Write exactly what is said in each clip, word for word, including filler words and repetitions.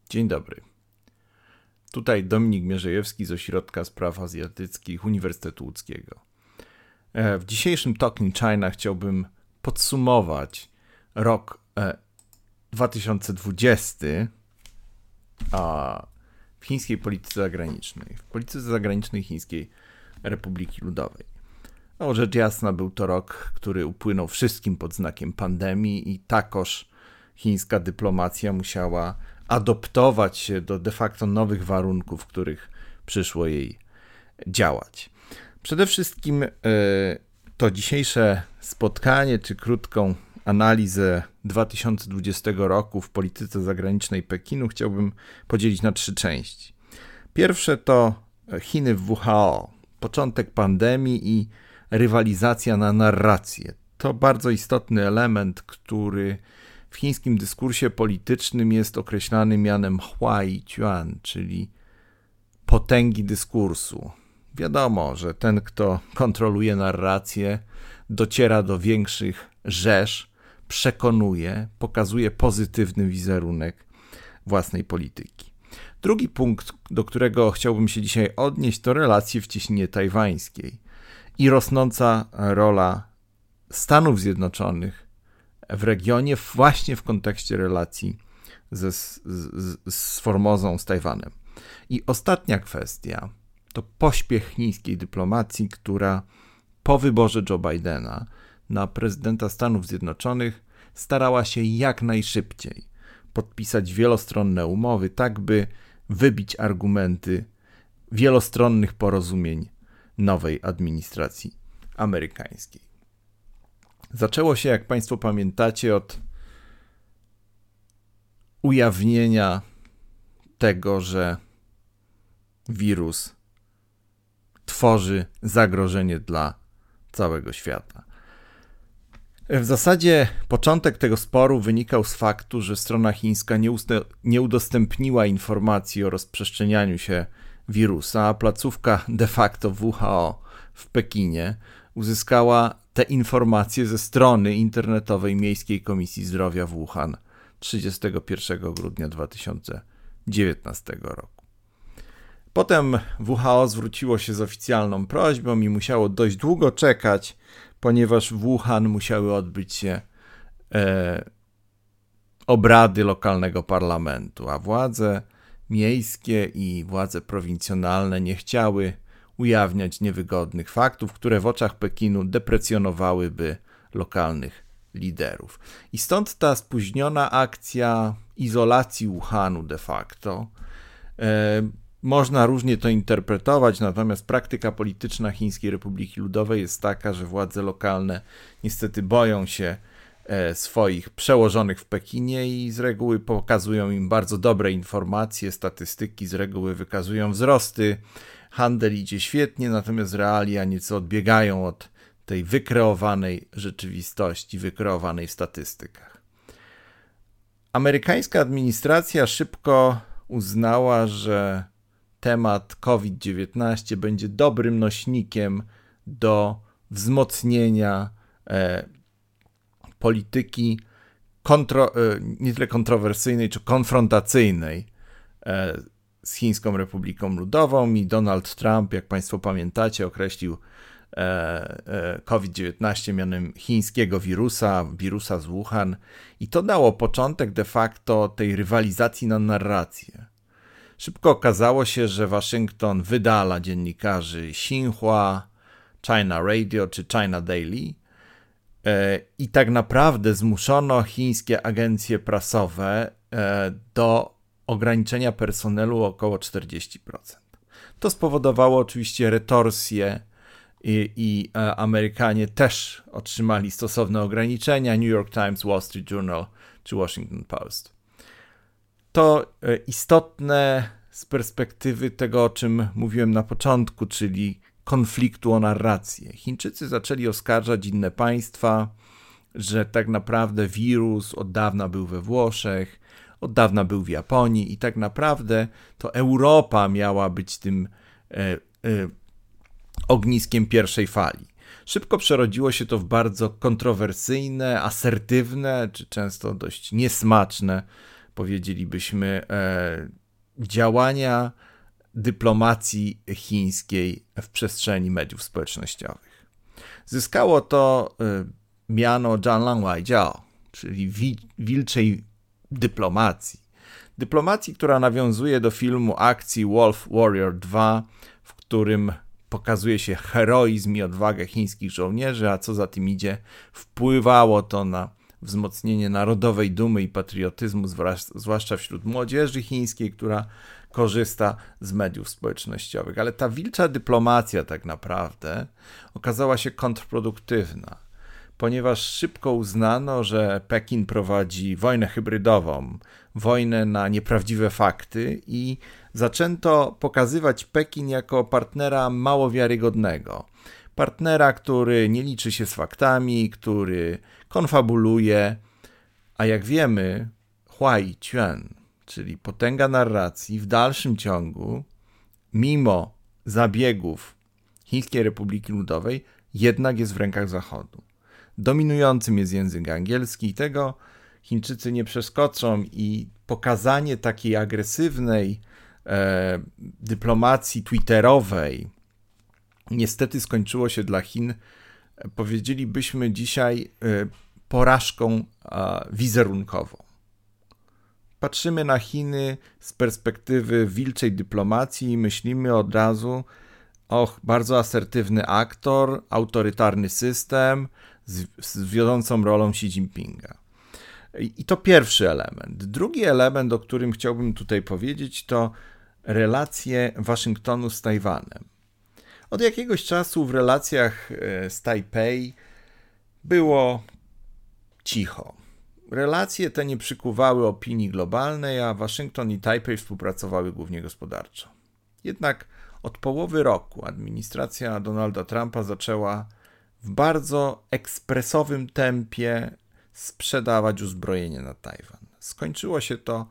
Dzień dobry. Tutaj Dominik Mierzejewski z Ośrodka Spraw Azjatyckich Uniwersytetu Łódzkiego. W dzisiejszym Talking China chciałbym podsumować rok dwa tysiące dwudziesty w chińskiej polityce zagranicznej, w polityce zagranicznej Chińskiej Republiki Ludowej. No, rzecz jasna, był to rok, który upłynął wszystkim pod znakiem pandemii i takoż chińska dyplomacja musiała adoptować się do de facto nowych warunków, w których przyszło jej działać. Przede wszystkim to dzisiejsze spotkanie, czy krótką analizę dwa tysiące dwudziestego roku w polityce zagranicznej Pekinu chciałbym podzielić na trzy części. Pierwsze to Chiny w W H O, początek pandemii i rywalizacja na narrację. To bardzo istotny element, który w chińskim dyskursie politycznym jest określany mianem Huai Quan, czyli potęgi dyskursu. Wiadomo, że ten, kto kontroluje narrację, dociera do większych rzesz, przekonuje, pokazuje pozytywny wizerunek własnej polityki. Drugi punkt, do którego chciałbym się dzisiaj odnieść, to relacje w cieśninie tajwańskiej i rosnąca rola Stanów Zjednoczonych w regionie właśnie w kontekście relacji ze, z, z, z Formozą, z Tajwanem. I ostatnia kwestia to pośpiech chińskiej dyplomacji, która po wyborze Joe Bidena na prezydenta Stanów Zjednoczonych starała się jak najszybciej podpisać wielostronne umowy, tak by wybić argumenty wielostronnych porozumień nowej administracji amerykańskiej. Zaczęło się, jak Państwo pamiętacie, od ujawnienia tego, że wirus tworzy zagrożenie dla całego świata. W zasadzie początek tego sporu wynikał z faktu, że strona chińska nie, usta- nie udostępniła informacji o rozprzestrzenianiu się wirusa, a placówka de facto W H O w Pekinie uzyskała te informacje ze strony internetowej Miejskiej Komisji Zdrowia w Wuhan trzydziestego pierwszego grudnia dwa tysiące dziewiętnastego roku. Potem W H O zwróciło się z oficjalną prośbą i musiało dość długo czekać, ponieważ w Wuhan musiały odbyć się e, obrady lokalnego parlamentu, a władze miejskie i władze prowincjonalne nie chciały ujawniać niewygodnych faktów, które w oczach Pekinu deprecjonowałyby lokalnych liderów. I stąd ta spóźniona akcja izolacji Wuhanu de facto. E, można różnie to interpretować, natomiast praktyka polityczna Chińskiej Republiki Ludowej jest taka, że władze lokalne niestety boją się e, swoich przełożonych w Pekinie i z reguły pokazują im bardzo dobre informacje, statystyki z reguły wykazują wzrosty, handel idzie świetnie, natomiast realia nieco odbiegają od tej wykreowanej rzeczywistości, wykreowanej w statystykach. Amerykańska administracja szybko uznała, że temat COVID dziewiętnaście będzie dobrym nośnikiem do wzmocnienia e, polityki kontro, e, nie tyle kontrowersyjnej, czy konfrontacyjnej e, z Chińską Republiką Ludową i Donald Trump, jak Państwo pamiętacie, określił e, e, COVID dziewiętnaście mianem chińskiego wirusa, wirusa z Wuhan i to dało początek de facto tej rywalizacji na narrację. Szybko okazało się, że Waszyngton wydala dziennikarzy Xinhua, China Radio czy China Daily e, i tak naprawdę zmuszono chińskie agencje prasowe e, do ograniczenia personelu o około czterdzieści procent. To spowodowało oczywiście retorsję i, i e, Amerykanie też otrzymali stosowne ograniczenia, New York Times, Wall Street Journal czy Washington Post. To e, istotne z perspektywy tego, o czym mówiłem na początku, czyli konfliktu o narrację. Chińczycy zaczęli oskarżać inne państwa, że tak naprawdę wirus od dawna był we Włoszech, od dawna był w Japonii i tak naprawdę to Europa miała być tym e, e, ogniskiem pierwszej fali. Szybko przerodziło się to w bardzo kontrowersyjne, asertywne, czy często dość niesmaczne powiedzielibyśmy, e, działania dyplomacji chińskiej w przestrzeni mediów społecznościowych. Zyskało to e, miano Zhanglang Waijiao, czyli wi- wilczej dyplomacji. Dyplomacji, która nawiązuje do filmu akcji Wolf Warrior dwa, w którym pokazuje się heroizm i odwagę chińskich żołnierzy, a co za tym idzie, wpływało to na wzmocnienie narodowej dumy i patriotyzmu, zwłaszcza wśród młodzieży chińskiej, która korzysta z mediów społecznościowych. Ale ta wilcza dyplomacja tak naprawdę okazała się kontrproduktywna, ponieważ szybko uznano, że Pekin prowadzi wojnę hybrydową, wojnę na nieprawdziwe fakty i zaczęto pokazywać Pekin jako partnera mało wiarygodnego. Partnera, który nie liczy się z faktami, który konfabuluje, a jak wiemy, Huai Quan, czyli potęga narracji, w dalszym ciągu, mimo zabiegów Chińskiej Republiki Ludowej, jednak jest w rękach Zachodu. Dominującym jest język angielski i tego Chińczycy nie przeskoczą i pokazanie takiej agresywnej e, dyplomacji twitterowej niestety skończyło się dla Chin, powiedzielibyśmy dzisiaj, e, porażką e, wizerunkową. Patrzymy na Chiny z perspektywy wilczej dyplomacji i myślimy od razu, och, bardzo asertywny aktor, autorytarny system z, z wiodącą rolą Xi Jinpinga. I, I to pierwszy element. Drugi element, o którym chciałbym tutaj powiedzieć, to relacje Waszyngtonu z Tajwanem. Od jakiegoś czasu w relacjach z Tajpej było cicho. Relacje te nie przykuwały opinii globalnej, a Waszyngton i Tajpej współpracowały głównie gospodarczo. Jednak od połowy roku administracja Donalda Trumpa zaczęła w bardzo ekspresowym tempie sprzedawać uzbrojenie na Tajwan. Skończyło się to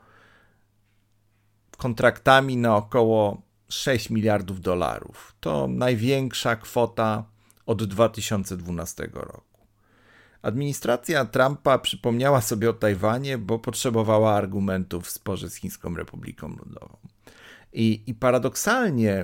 kontraktami na około sześć miliardów dolarów. To największa kwota od dwa tysiące dwunastego roku. Administracja Trumpa przypomniała sobie o Tajwanie, bo potrzebowała argumentów w sporze z Chińską Republiką Ludową. I, i paradoksalnie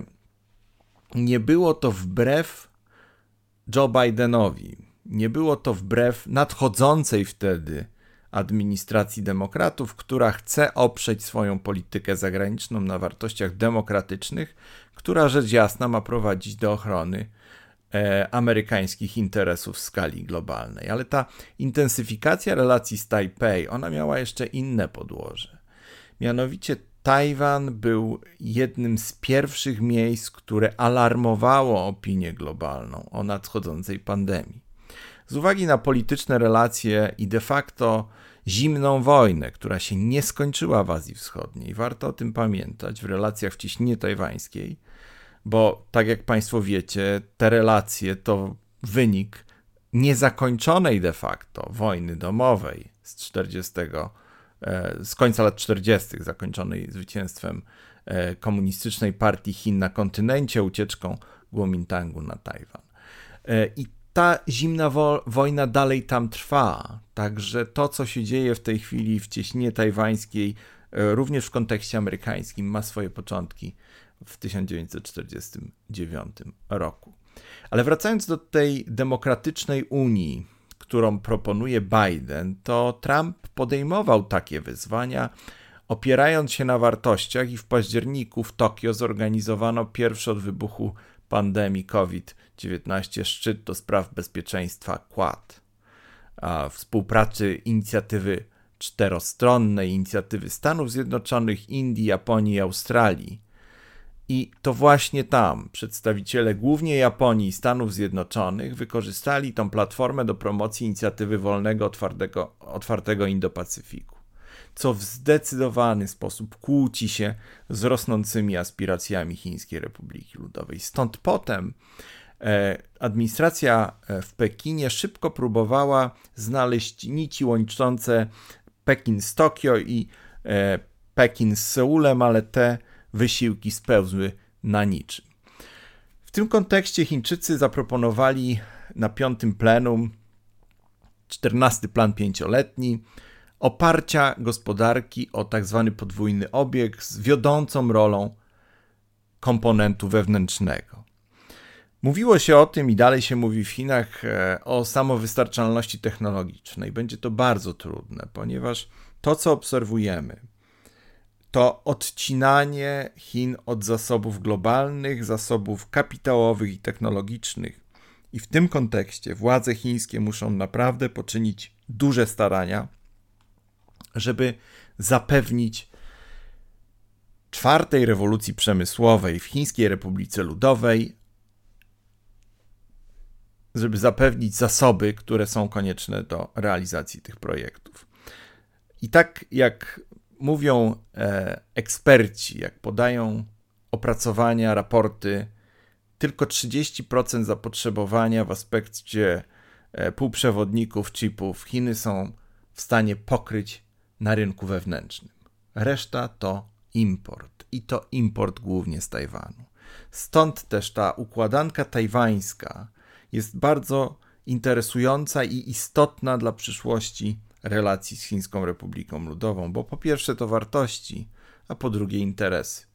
nie było to wbrew Joe Bidenowi, nie było to wbrew nadchodzącej wtedy administracji demokratów, która chce oprzeć swoją politykę zagraniczną na wartościach demokratycznych, która rzecz jasna ma prowadzić do ochrony e, amerykańskich interesów w skali globalnej. Ale ta intensyfikacja relacji z Tajpej, ona miała jeszcze inne podłoże. Mianowicie Tajwan był jednym z pierwszych miejsc, które alarmowało opinię globalną o nadchodzącej pandemii. Z uwagi na polityczne relacje i de facto zimną wojnę, która się nie skończyła w Azji Wschodniej, warto o tym pamiętać w relacjach w cieśninie tajwańskiej, bo tak jak Państwo wiecie, te relacje to wynik niezakończonej de facto wojny domowej z czterdziestego z końca lat czterdziestych, zakończonej zwycięstwem komunistycznej partii Chin na kontynencie, ucieczką Kuomintangu na Tajwan. I ta zimna wo- wojna dalej tam trwa, także to, co się dzieje w tej chwili w cieśninie tajwańskiej, również w kontekście amerykańskim, ma swoje początki w tysiąc dziewięćset czterdziestym dziewiątym roku. Ale wracając do tej demokratycznej Unii, którą proponuje Biden, to Trump podejmował takie wyzwania, opierając się na wartościach i w październiku w Tokio zorganizowano pierwszy od wybuchu pandemii COVID dziewiętnaście szczyt do spraw bezpieczeństwa Quad, a współpracy inicjatywy czterostronnej, inicjatywy Stanów Zjednoczonych, Indii, Japonii i Australii. I to właśnie tam przedstawiciele głównie Japonii i Stanów Zjednoczonych wykorzystali tą platformę do promocji inicjatywy wolnego, otwartego, otwartego Indo-Pacyfiku, co w zdecydowany sposób kłóci się z rosnącymi aspiracjami Chińskiej Republiki Ludowej. Stąd potem e, administracja w Pekinie szybko próbowała znaleźć nici łączące Pekin z Tokio i e, Pekin z Seulem, ale te wysiłki spełzły na niczym. W tym kontekście Chińczycy zaproponowali na piątym plenum czternasty plan pięcioletni, oparcia gospodarki o tak zwany podwójny obieg z wiodącą rolą komponentu wewnętrznego. Mówiło się o tym i dalej się mówi w Chinach o samowystarczalności technologicznej. Będzie to bardzo trudne, ponieważ to, co obserwujemy, to odcinanie Chin od zasobów globalnych, zasobów kapitałowych i technologicznych. I w tym kontekście władze chińskie muszą naprawdę poczynić duże starania, żeby zapewnić czwartej rewolucji przemysłowej w Chińskiej Republice Ludowej, żeby zapewnić zasoby, które są konieczne do realizacji tych projektów. I tak jak mówią e, eksperci, jak podają opracowania, raporty, tylko trzydzieści procent zapotrzebowania w aspekcie e, półprzewodników, chipów Chiny są w stanie pokryć na rynku wewnętrznym. Reszta to import i to import głównie z Tajwanu. Stąd też ta układanka tajwańska jest bardzo interesująca i istotna dla przyszłości relacji z Chińską Republiką Ludową, bo po pierwsze to wartości, a po drugie interesy.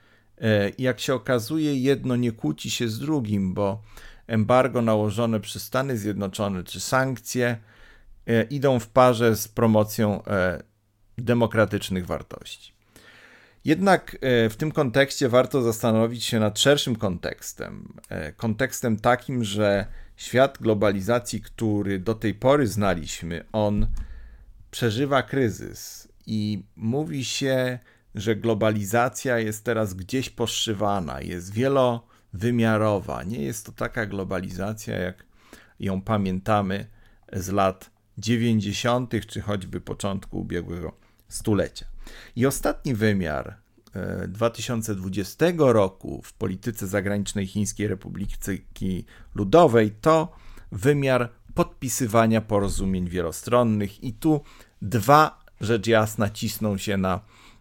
Jak się okazuje, jedno nie kłóci się z drugim, bo embargo nałożone przez Stany Zjednoczone czy sankcje idą w parze z promocją demokratycznych wartości. Jednak w tym kontekście warto zastanowić się nad szerszym kontekstem. Kontekstem takim, że świat globalizacji, który do tej pory znaliśmy, on przeżywa kryzys i mówi się, że globalizacja jest teraz gdzieś poszywana, jest wielowymiarowa. Nie jest to taka globalizacja, jak ją pamiętamy z lat dziewięćdziesiątych czy choćby początku ubiegłego stulecia. I ostatni wymiar dwa tysiące dwudziestego roku w polityce zagranicznej Chińskiej Republiki Ludowej to wymiar podpisywania porozumień wielostronnych i tu dwa, rzecz jasna, cisną się na,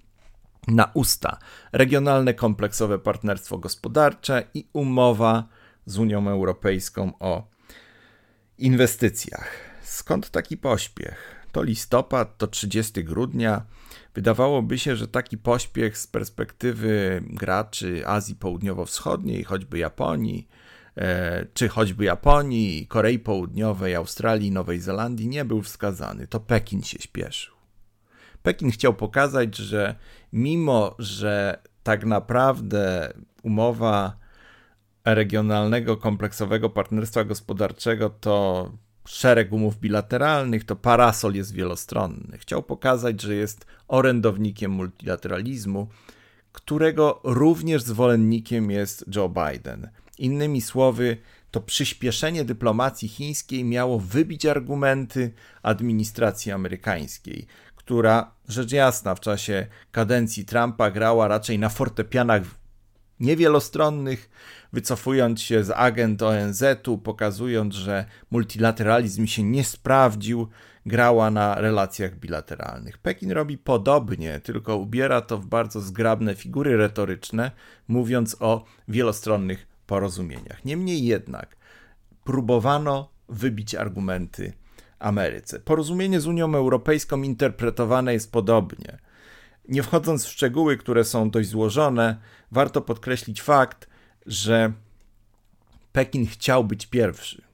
na usta. Regionalne kompleksowe partnerstwo gospodarcze i umowa z Unią Europejską o inwestycjach. Skąd taki pośpiech? To listopad, to trzydziestego grudnia. Wydawałoby się, że taki pośpiech z perspektywy graczy Azji Południowo-Wschodniej, choćby Japonii, e, czy choćby Japonii, Korei Południowej, Australii, Nowej Zelandii nie był wskazany. To Pekin się śpieszył. Pekin chciał pokazać, że mimo, że tak naprawdę umowa regionalnego kompleksowego partnerstwa gospodarczego to szereg umów bilateralnych, to parasol jest wielostronny. Chciał pokazać, że jest orędownikiem multilateralizmu, którego również zwolennikiem jest Joe Biden. Innymi słowy, to przyspieszenie dyplomacji chińskiej miało wybić argumenty administracji amerykańskiej, która, rzecz jasna, w czasie kadencji Trumpa grała raczej na fortepianach niewielostronnych, wycofując się z agend O N Z-u, pokazując, że multilateralizm się nie sprawdził, grała na relacjach bilateralnych. Pekin robi podobnie, tylko ubiera to w bardzo zgrabne figury retoryczne, mówiąc o wielostronnych porozumieniach. Niemniej jednak próbowano wybić argumenty Ameryce. Porozumienie z Unią Europejską interpretowane jest podobnie. Nie wchodząc w szczegóły, które są dość złożone, warto podkreślić fakt, że Pekin chciał być pierwszy.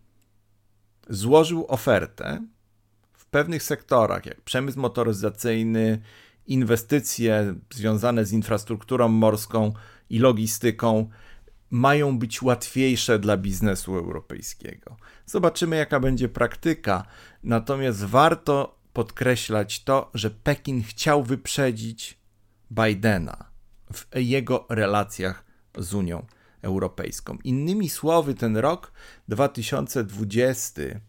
Złożył ofertę w pewnych sektorach, jak przemysł motoryzacyjny, inwestycje związane z infrastrukturą morską i logistyką, mają być łatwiejsze dla biznesu europejskiego. Zobaczymy, jaka będzie praktyka, natomiast warto podkreślać to, że Pekin chciał wyprzedzić Bidena w jego relacjach z Unią Europejską. Innymi słowy, ten rok dwa tysiące dwudziesty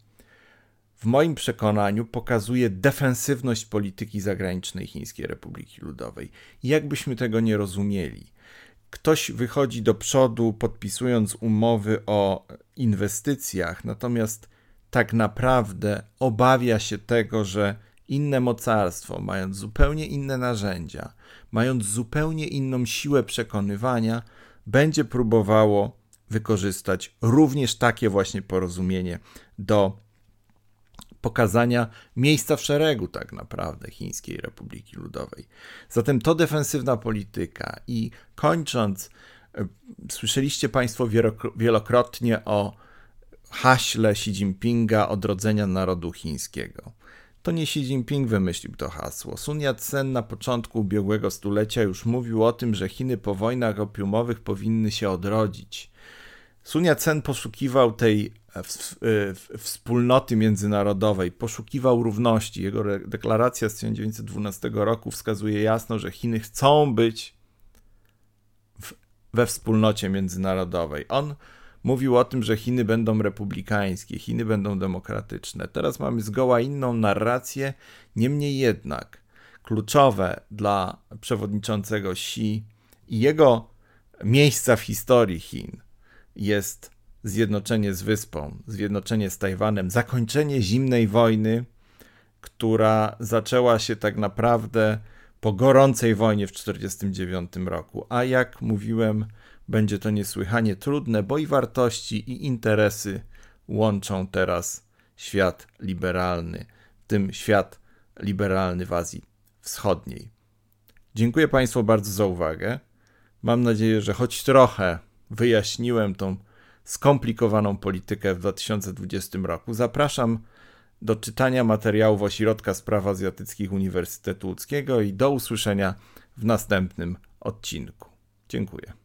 w moim przekonaniu pokazuje defensywność polityki zagranicznej Chińskiej Republiki Ludowej. I jakbyśmy tego nie rozumieli, ktoś wychodzi do przodu, podpisując umowy o inwestycjach, natomiast tak naprawdę obawia się tego, że inne mocarstwo, mając zupełnie inne narzędzia, mając zupełnie inną siłę przekonywania, będzie próbowało wykorzystać również takie właśnie porozumienie do pokazania miejsca w szeregu tak naprawdę Chińskiej Republiki Ludowej. Zatem to defensywna polityka i kończąc, słyszeliście Państwo wielokrotnie o haśle Xi Jinpinga odrodzenia narodu chińskiego. To nie Xi Jinping wymyślił to hasło. Sun Yat-sen na początku ubiegłego stulecia już mówił o tym, że Chiny po wojnach opiumowych powinny się odrodzić. Sun Yat-sen poszukiwał tej wspólnoty międzynarodowej, poszukiwał równości. Jego deklaracja z tysiąc dziewięćset dwunastego roku wskazuje jasno, że Chiny chcą być w, we wspólnocie międzynarodowej. On mówił o tym, że Chiny będą republikańskie, Chiny będą demokratyczne. Teraz mamy zgoła inną narrację, niemniej jednak kluczowe dla przewodniczącego Xi i jego miejsca w historii Chin jest zjednoczenie z wyspą, zjednoczenie z Tajwanem, zakończenie zimnej wojny, która zaczęła się tak naprawdę po gorącej wojnie w tysiąc dziewięćset czterdziestym dziewiątym roku. A jak mówiłem, będzie to niesłychanie trudne, bo i wartości, i interesy łączą teraz świat liberalny, w tym świat liberalny w Azji Wschodniej. Dziękuję Państwu bardzo za uwagę. Mam nadzieję, że choć trochę wyjaśniłem tą skomplikowaną politykę w dwa tysiące dwudziestym roku. Zapraszam do czytania materiałów Ośrodka Spraw Azjatyckich Uniwersytetu Łódzkiego i do usłyszenia w następnym odcinku. Dziękuję.